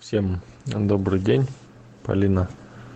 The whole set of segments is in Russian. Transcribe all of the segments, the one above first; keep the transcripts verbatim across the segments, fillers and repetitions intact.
Всем добрый день. Полина,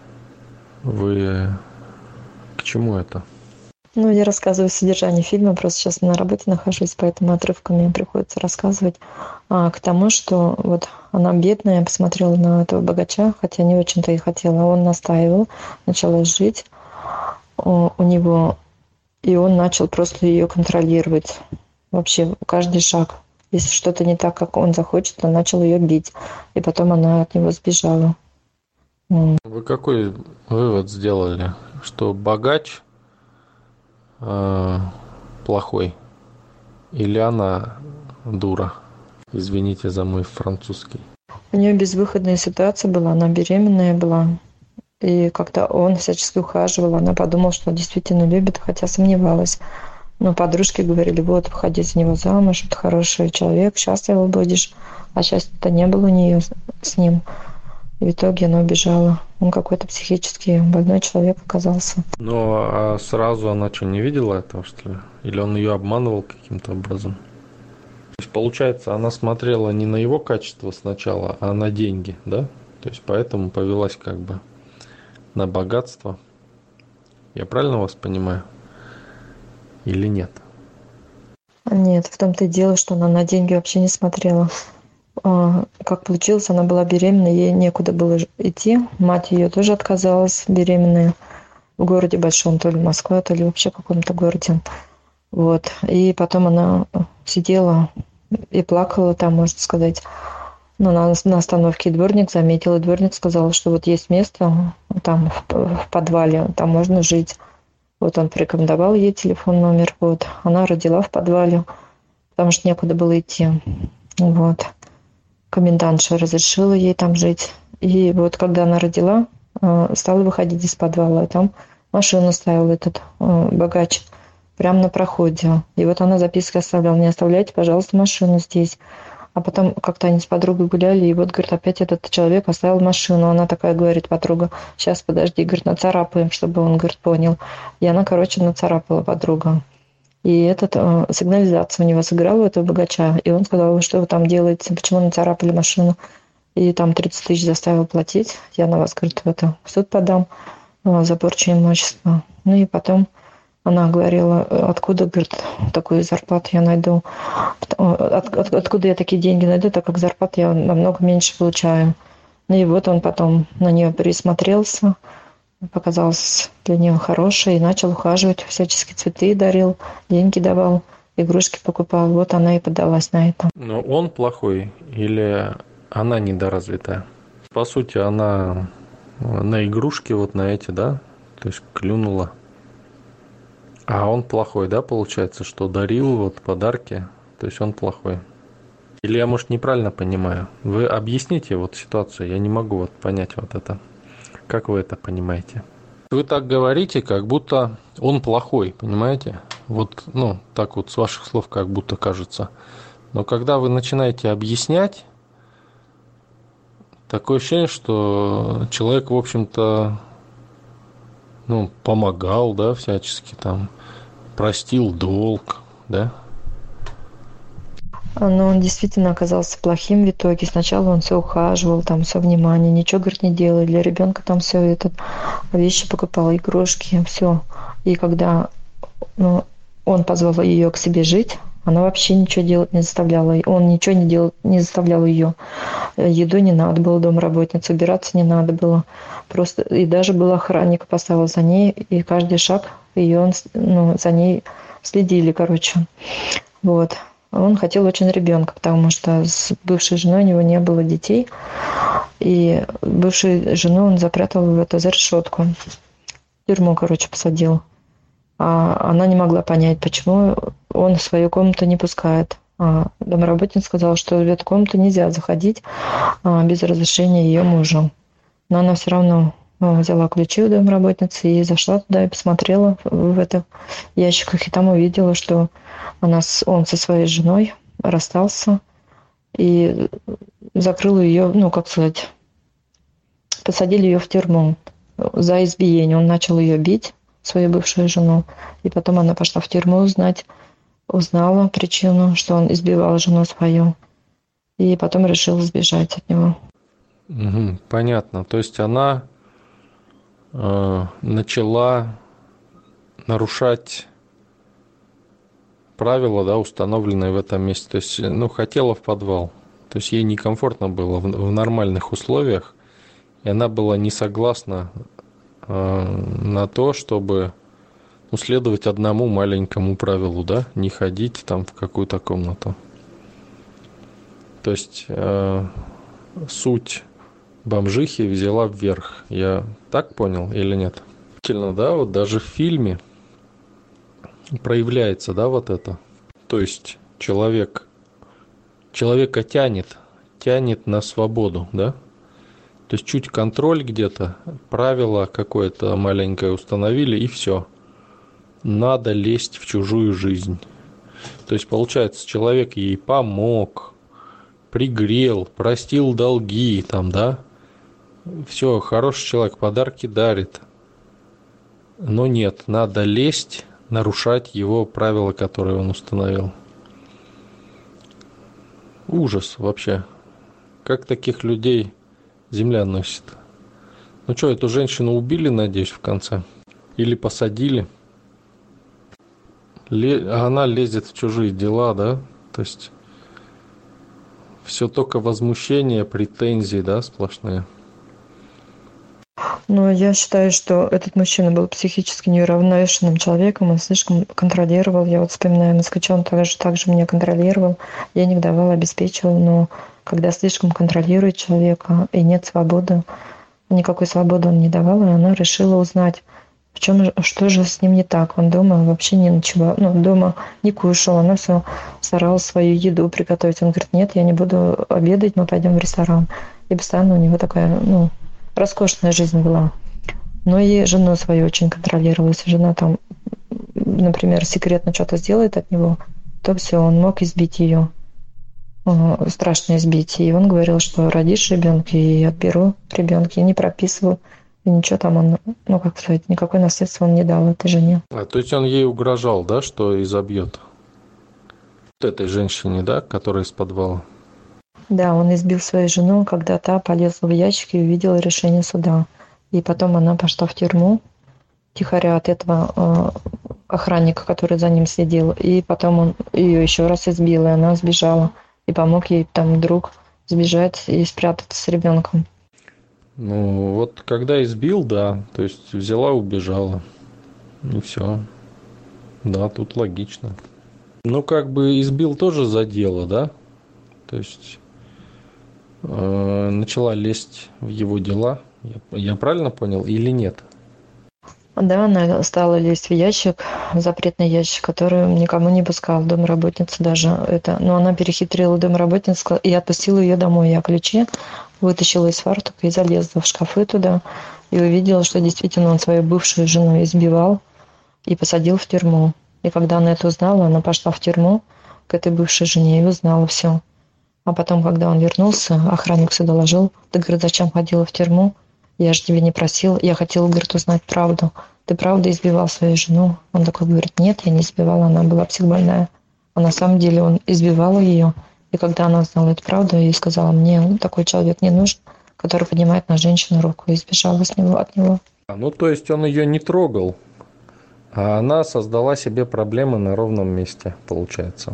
вы к чему это? Ну, я рассказываю содержание фильма, просто сейчас на работе нахожусь, поэтому отрывками мне приходится рассказывать. А, к тому, что вот она бедная, посмотрела на этого богача, хотя не очень-то и хотела. Он настаивал, начала жить у, у него, и он начал просто ее контролировать. Вообще, каждый шаг. Если что-то не так, как он захочет, он начал ее бить. И потом она от него сбежала. М. Вы какой вывод сделали? Что богач э, плохой или она дура? Извините за мой французский. У нее безвыходная ситуация была, она беременная была. И когда он всячески ухаживал, она подумала, что он действительно любит, хотя сомневалась. Но подружки говорили: вот, выходи за него замуж, это хороший человек, счастлива будешь. А счастья-то не было у нее с с ним. И в итоге она убежала. Он какой-то психически больной человек оказался. Но а сразу она что, не видела этого, что ли? Или он ее обманывал каким-то образом? То есть, получается, она смотрела не на его качество сначала, а на деньги, да? То есть, поэтому повелась как бы на богатство. Я правильно вас понимаю? Или нет? Нет, в том-то и дело, что она на деньги вообще не смотрела. А, как получилось, она была беременна, ей некуда было ж- идти. Мать ее тоже отказалась, беременная, в городе большом, то ли Москва, то ли вообще в каком-то городе. Вот. И потом она сидела и плакала там, можно сказать, ну, на, на остановке. И дворник заметил, и дворник сказал, что вот есть место там в, п- в подвале, там можно жить. Вот он порекомендовал ей телефон, номер. Вот. Она родила в подвале, потому что некуда было идти. Вот. Комендантша разрешила ей там жить. И вот когда она родила, э, стала выходить из подвала, а там машину ставил этот э, богач прямо на проходе. И вот она записки оставляла: не оставляйте, пожалуйста, машину здесь. А потом как-то они с подругой гуляли, и вот, говорит, опять этот человек оставил машину. Она такая говорит, подруга: сейчас, подожди, говорит, нацарапаем, чтобы он, говорит, понял. И она, короче, нацарапала, подруга. И этот э, сигнализация у него сыграла, у этого богача. И он сказал: вы что вы там делаете, почему нацарапали машину? И там тридцать тысяч заставил платить. Я на вас, говорит, в это в суд подам э, за порчу имущества. Ну и потом она говорила: откуда, говорит, такую зарплату я найду? От- от- откуда я такие деньги найду, так как зарплату я намного меньше получаю. Ну и вот он потом на нее присмотрелся, показался для нее хороший и начал ухаживать, всячески цветы дарил, деньги давал, игрушки покупал. Вот она и поддалась на это. Но он плохой или она недоразвитая? По сути, она на игрушки вот на эти, да? То есть клюнула. А он плохой, да, получается, что дарил вот подарки, то есть он плохой. Или я, может, неправильно понимаю? Вы объясните вот ситуацию, я не могу вот понять вот это. Как вы это понимаете? Вы так говорите, как будто он плохой, понимаете? Вот, ну, так вот с ваших слов как будто кажется. Но когда вы начинаете объяснять, такое ощущение, что человек, в общем-то, ну, помогал, да, всячески там, простил долг, да? Но он действительно оказался плохим в итоге. Сначала он все ухаживал, там все внимание, ничего, говорит, не делал. Для ребенка там все это, вещи покупал, игрушки, все. И когда ну, он позвал ее к себе жить, она вообще ничего делать не заставляла. И он ничего не делал, не заставлял ее. Еду не надо было, домработница, убираться не надо было. Просто и даже был охранник, поставил за ней, и каждый шаг ее, он, ну, за ней следили, короче. Вот. Он хотел очень ребенка, потому что с бывшей женой у него не было детей. И бывшую жену он запрятал в это за решетку. В тюрьму, короче, посадил. А она не могла понять, почему он в свою комнату не пускает. А домработница сказала, что в эту комнату нельзя заходить а, без разрешения ее мужа. Но она все равно а, взяла ключи у домработницы и зашла туда и посмотрела в, в этих ящиках. И там увидела, что она, с- он со своей женой расстался и закрыл ее, ну, как сказать, посадили ее в тюрьму за избиение. Он начал ее бить, свою бывшую жену, и потом она пошла в тюрьму узнать, узнала причину, что он избивал жену свою, и потом решил сбежать от него. Мгм, понятно. То есть она э, начала нарушать правила, да, установленные в этом месте. То есть, ну, хотела в подвал. То есть ей некомфортно было в, в нормальных условиях, и она была не согласна э, на то, чтобы ну, следовать одному маленькому правилу, да, не ходить там в какую-то комнату. То есть э, суть бомжихи взяла вверх. Я так понял или нет? Действительно, да, вот даже в фильме проявляется, да, вот это. То есть человек, человека тянет, тянет на свободу, да? То есть чуть контроль где-то, правило какое-то маленькое установили, и все. Надо лезть в чужую жизнь. То есть, получается, человек ей помог, пригрел, простил долги, там, да? Все, хороший человек, подарки дарит. Но нет, надо лезть, нарушать его правила, которые он установил. Ужас вообще. Как таких людей земля носит? Ну что, эту женщину убили, надеюсь, в конце? Или посадили? Ле... а Она лезет в чужие дела, да? То есть все только возмущение, претензии, да, сплошные. Но я считаю, что этот мужчина был психически неуравновешенным человеком, он слишком контролировал. Я вот вспоминаю москвича, он также, также меня контролировал. Я не давала, обеспечивала, но когда слишком контролирует человека и нет свободы, никакой свободы он не давал, и она решила узнать, в чем, же- что же с ним не так. Он дома вообще не ночевал, ну, дома не кушал, она все старалась свою еду приготовить. Он говорит, нет, я не буду обедать, мы пойдем в ресторан. И постоянно у него такая, ну, роскошная жизнь была. Но и жену свою очень контролировала. Если жена там, например, секретно что-то сделает от него, то все, он мог избить ее, э, страшно избить. И он говорил, что родишь ребенка, и отберу ребенка, и не прописывал. И ничего там он, ну, как сказать, никакое наследство он не дал этой жене. А, то есть он ей угрожал, да, что изобьет? Вот этой женщине, да, которая из подвала. Да, он избил свою жену, когда та полезла в ящик и увидела решение суда. И потом она пошла в тюрьму, тихоря от этого э, охранника, который за ним следил. И потом он ее еще раз избил, и она сбежала. И помог ей там друг сбежать и спрятаться с ребенком. Ну, вот когда избил, да, то есть взяла, убежала. И все. Да, тут логично. Ну, как бы избил тоже за дело, да? То есть э, начала лезть в его дела. Я, я правильно понял или нет? Да, она стала лезть в ящик, в запретный ящик, который никому не пускал, домработница даже это. Но она перехитрила домработницу и отпустила ее домой. Я ключи вытащила из фартука и залезла в шкафы туда. И увидела, что действительно он свою бывшую жену избивал и посадил в тюрьму. И когда она это узнала, она пошла в тюрьму к этой бывшей жене и узнала все. А потом, когда он вернулся, охранник все доложил. Ты, говорит, зачем ходила в тюрьму? Я же тебе не просил. Я хотела, говорит, узнать правду. Ты правда избивал свою жену? Он такой говорит, нет, я не избивала, она была психбольная. А на самом деле он избивал ее. И когда она узнала эту правду и сказала, мне ну, такой человек не нужен, который поднимает на женщину руку, и сбежала с него, от него. А, ну, то есть он ее не трогал, а она создала себе проблемы на ровном месте, получается.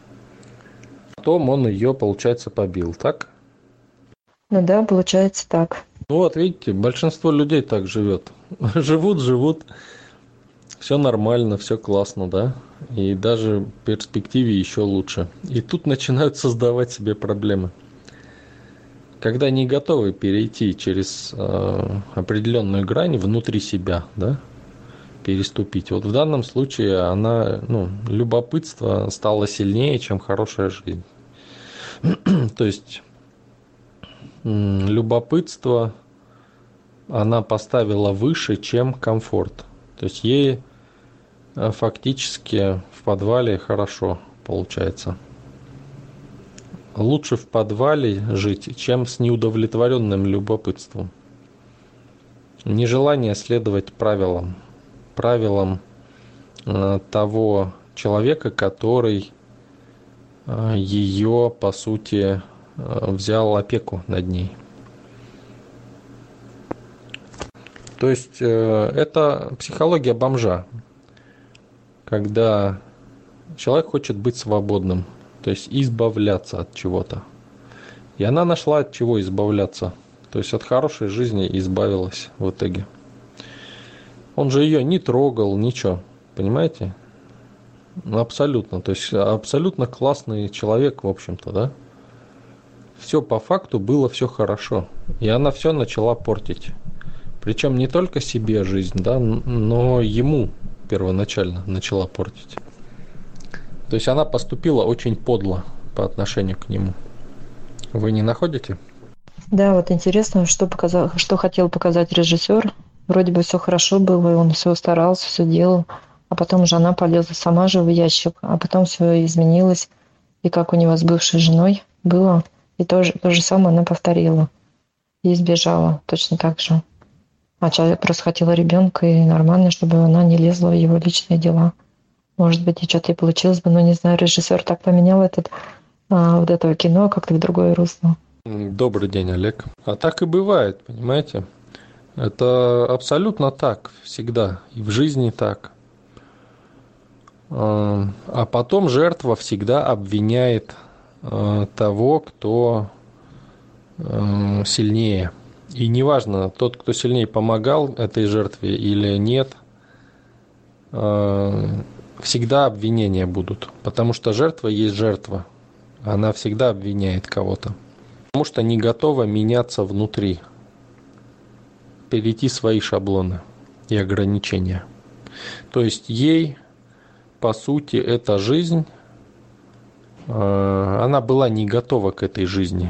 Потом он ее, получается, побил, так? Ну да, получается так. Ну вот, видите, большинство людей так живет. Живут, живут, все нормально, все классно, да? И даже в перспективе еще лучше. И тут начинают создавать себе проблемы. Когда не готовы перейти через э, определенную грань внутри себя, да? Переступить. Вот в данном случае она, ну, любопытство стало сильнее, чем хорошая жизнь. То есть м, любопытство она поставила выше, чем комфорт. То есть ей э, фактически в подвале хорошо получается. Лучше в подвале жить, чем с неудовлетворенным любопытством. Нежелание следовать правилам. Правилам э, того человека, который э, ее, по сути, э, взял опеку над ней. То есть э, это психология бомжа, когда человек хочет быть свободным, то есть избавляться от чего-то. И она нашла от чего избавляться. То есть от хорошей жизни избавилась в итоге. Он же ее не трогал, ничего. Понимаете? Ну, абсолютно. То есть абсолютно классный человек, в общем-то, да? Все по факту было все хорошо. И она все начала портить. Причем не только себе жизнь, да, но ему первоначально начала портить. То есть она поступила очень подло по отношению к нему. Вы не находите? Да, вот интересно, что показал, что хотел показать режиссер. Вроде бы все хорошо было, и он все старался, все делал. А потом жена полезла сама же в ящик, а потом все изменилось. И как у него с бывшей женой было, и то же, то же самое она повторила. И сбежала точно так же. А человек просто хотел ребенка, и нормально, чтобы она не лезла в его личные дела. Может быть, и что-то и получилось бы, но не знаю, режиссер так поменял этот, а, вот этого кино как-то в другое русло. Добрый день, Олег. А так и бывает, понимаете? Это абсолютно так, всегда. И в жизни так. А потом жертва всегда обвиняет того, кто сильнее. И неважно, тот, кто сильнее помогал этой жертве или нет, всегда обвинения будут. Потому что жертва есть жертва. Она всегда обвиняет кого-то. Потому что не готова меняться внутри. Перейти свои шаблоны и ограничения. То есть ей, по сути, эта жизнь, она была не готова к этой жизни.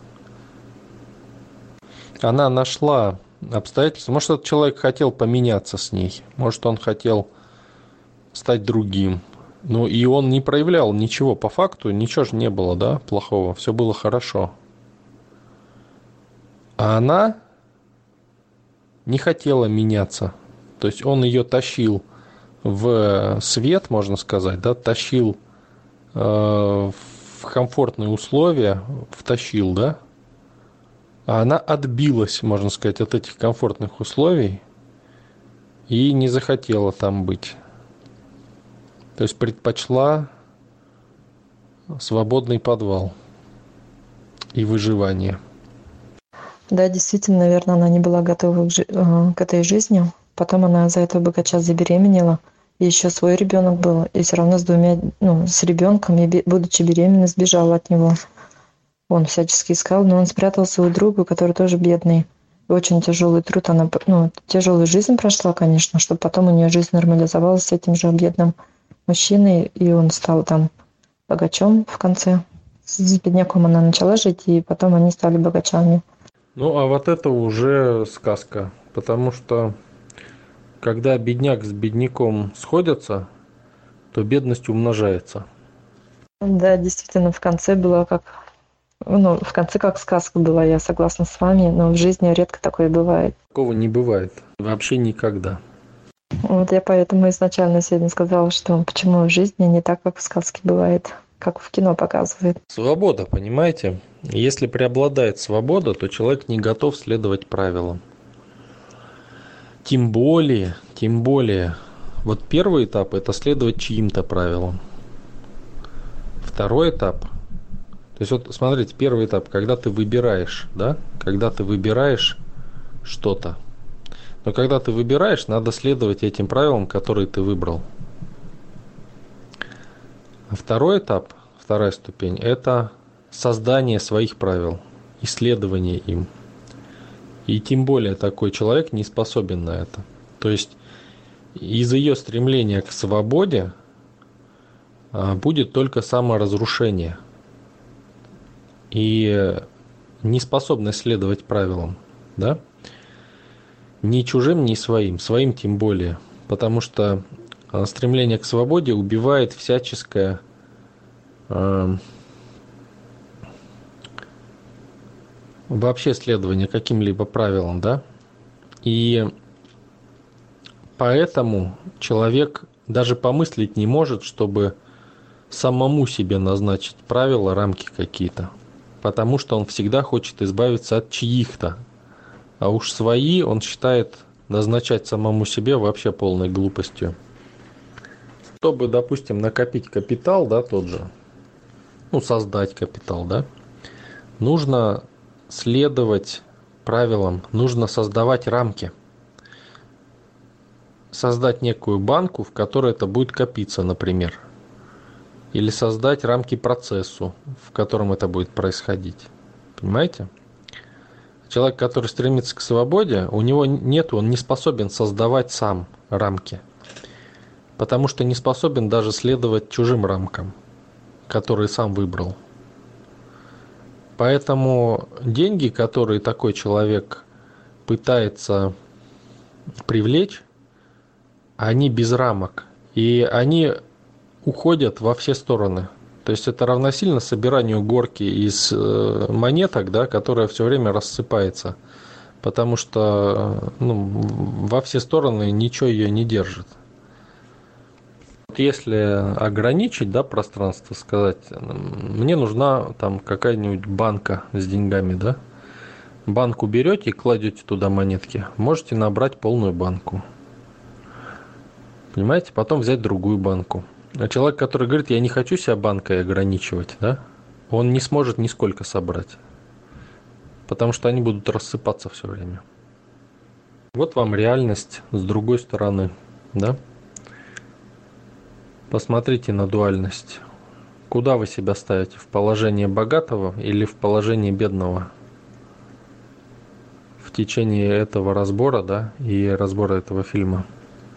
Она нашла обстоятельства. Может, этот человек хотел поменяться с ней. Может, он хотел стать другим. Ну, и он не проявлял ничего по факту. Ничего же не было, да, плохого. Все было хорошо. А она не хотела меняться. То есть он ее тащил в свет, можно сказать, да, тащил э, в комфортные условия, втащил, да, а она отбилась, можно сказать, от этих комфортных условий и не захотела там быть. То есть предпочла свободный подвал и выживание. Да, действительно, наверное, она не была готова к, жи- э, к этой жизни. Потом она за этого богача забеременела. И еще свой ребенок был. И все равно с двумя, ну, с ребенком, и, будучи беременной, сбежала от него. Он всячески искал, но он спрятался у друга, который тоже бедный. И очень тяжелый труд. Она, ну, тяжелую жизнь прошла, конечно, чтобы потом у нее жизнь нормализовалась с этим же бедным мужчиной. И он стал там богачом в конце. С бедняком она начала жить, и потом они стали богачами. Ну, а вот это уже сказка, потому что когда бедняк с бедняком сходятся, то бедность умножается. Да, действительно, в конце было как... Ну, в конце как сказка была, я согласна с вами, но в жизни редко такое бывает. Такого не бывает. Вообще никогда. Вот я поэтому изначально сегодня сказала, что почему в жизни не так, как в сказке бывает, как в кино показывает. Свобода, понимаете? Если преобладает свобода, то человек не готов следовать правилам. Тем более, тем более, вот первый этап – это следовать чьим-то правилам. Второй этап, то есть вот смотрите, первый этап, когда ты выбираешь, да, когда ты выбираешь что-то. Но когда ты выбираешь, надо следовать этим правилам, которые ты выбрал. А второй этап, вторая ступень – это создание своих правил, исследование им. И тем более такой человек не способен на это. То есть из ее стремления к свободе будет только саморазрушение и неспособность следовать правилам, да? Ни чужим, ни своим, своим тем более, потому что стремление к свободе убивает всяческое э, вообще следование каким-либо правилам, да? И поэтому человек даже помыслить не может, чтобы самому себе назначить правила, рамки какие-то, потому что он всегда хочет избавиться от чьих-то, а уж свои он считает назначать самому себе вообще полной глупостью. Чтобы, допустим, накопить капитал, да, тот же, ну, создать капитал, да, нужно следовать правилам, нужно создавать рамки. Создать некую банку, в которой это будет копиться, например. Или создать рамки процессу, в котором это будет происходить. Понимаете? Человек, который стремится к свободе, у него нет, он не способен создавать сам рамки. Потому что не способен даже следовать чужим рамкам, которые сам выбрал. Поэтому деньги, которые такой человек пытается привлечь, они без рамок. И они уходят во все стороны. То есть это равносильно собиранию горки из монеток, да, которая все время рассыпается. Потому что ну, во все стороны ничего ее не держит. Если ограничить, да, пространство, сказать, мне нужна там какая-нибудь банка с деньгами, да? Банку берете и кладете туда монетки, можете набрать полную банку. Понимаете? Потом взять другую банку. А человек, который говорит, я не хочу себя банкой ограничивать, да? Он не сможет нисколько собрать. Потому что они будут рассыпаться все время. Вот вам реальность с другой стороны, да? Посмотрите на дуальность. Куда вы себя ставите? В положение богатого или в положение бедного? В течение этого разбора, да, и разбора этого фильма.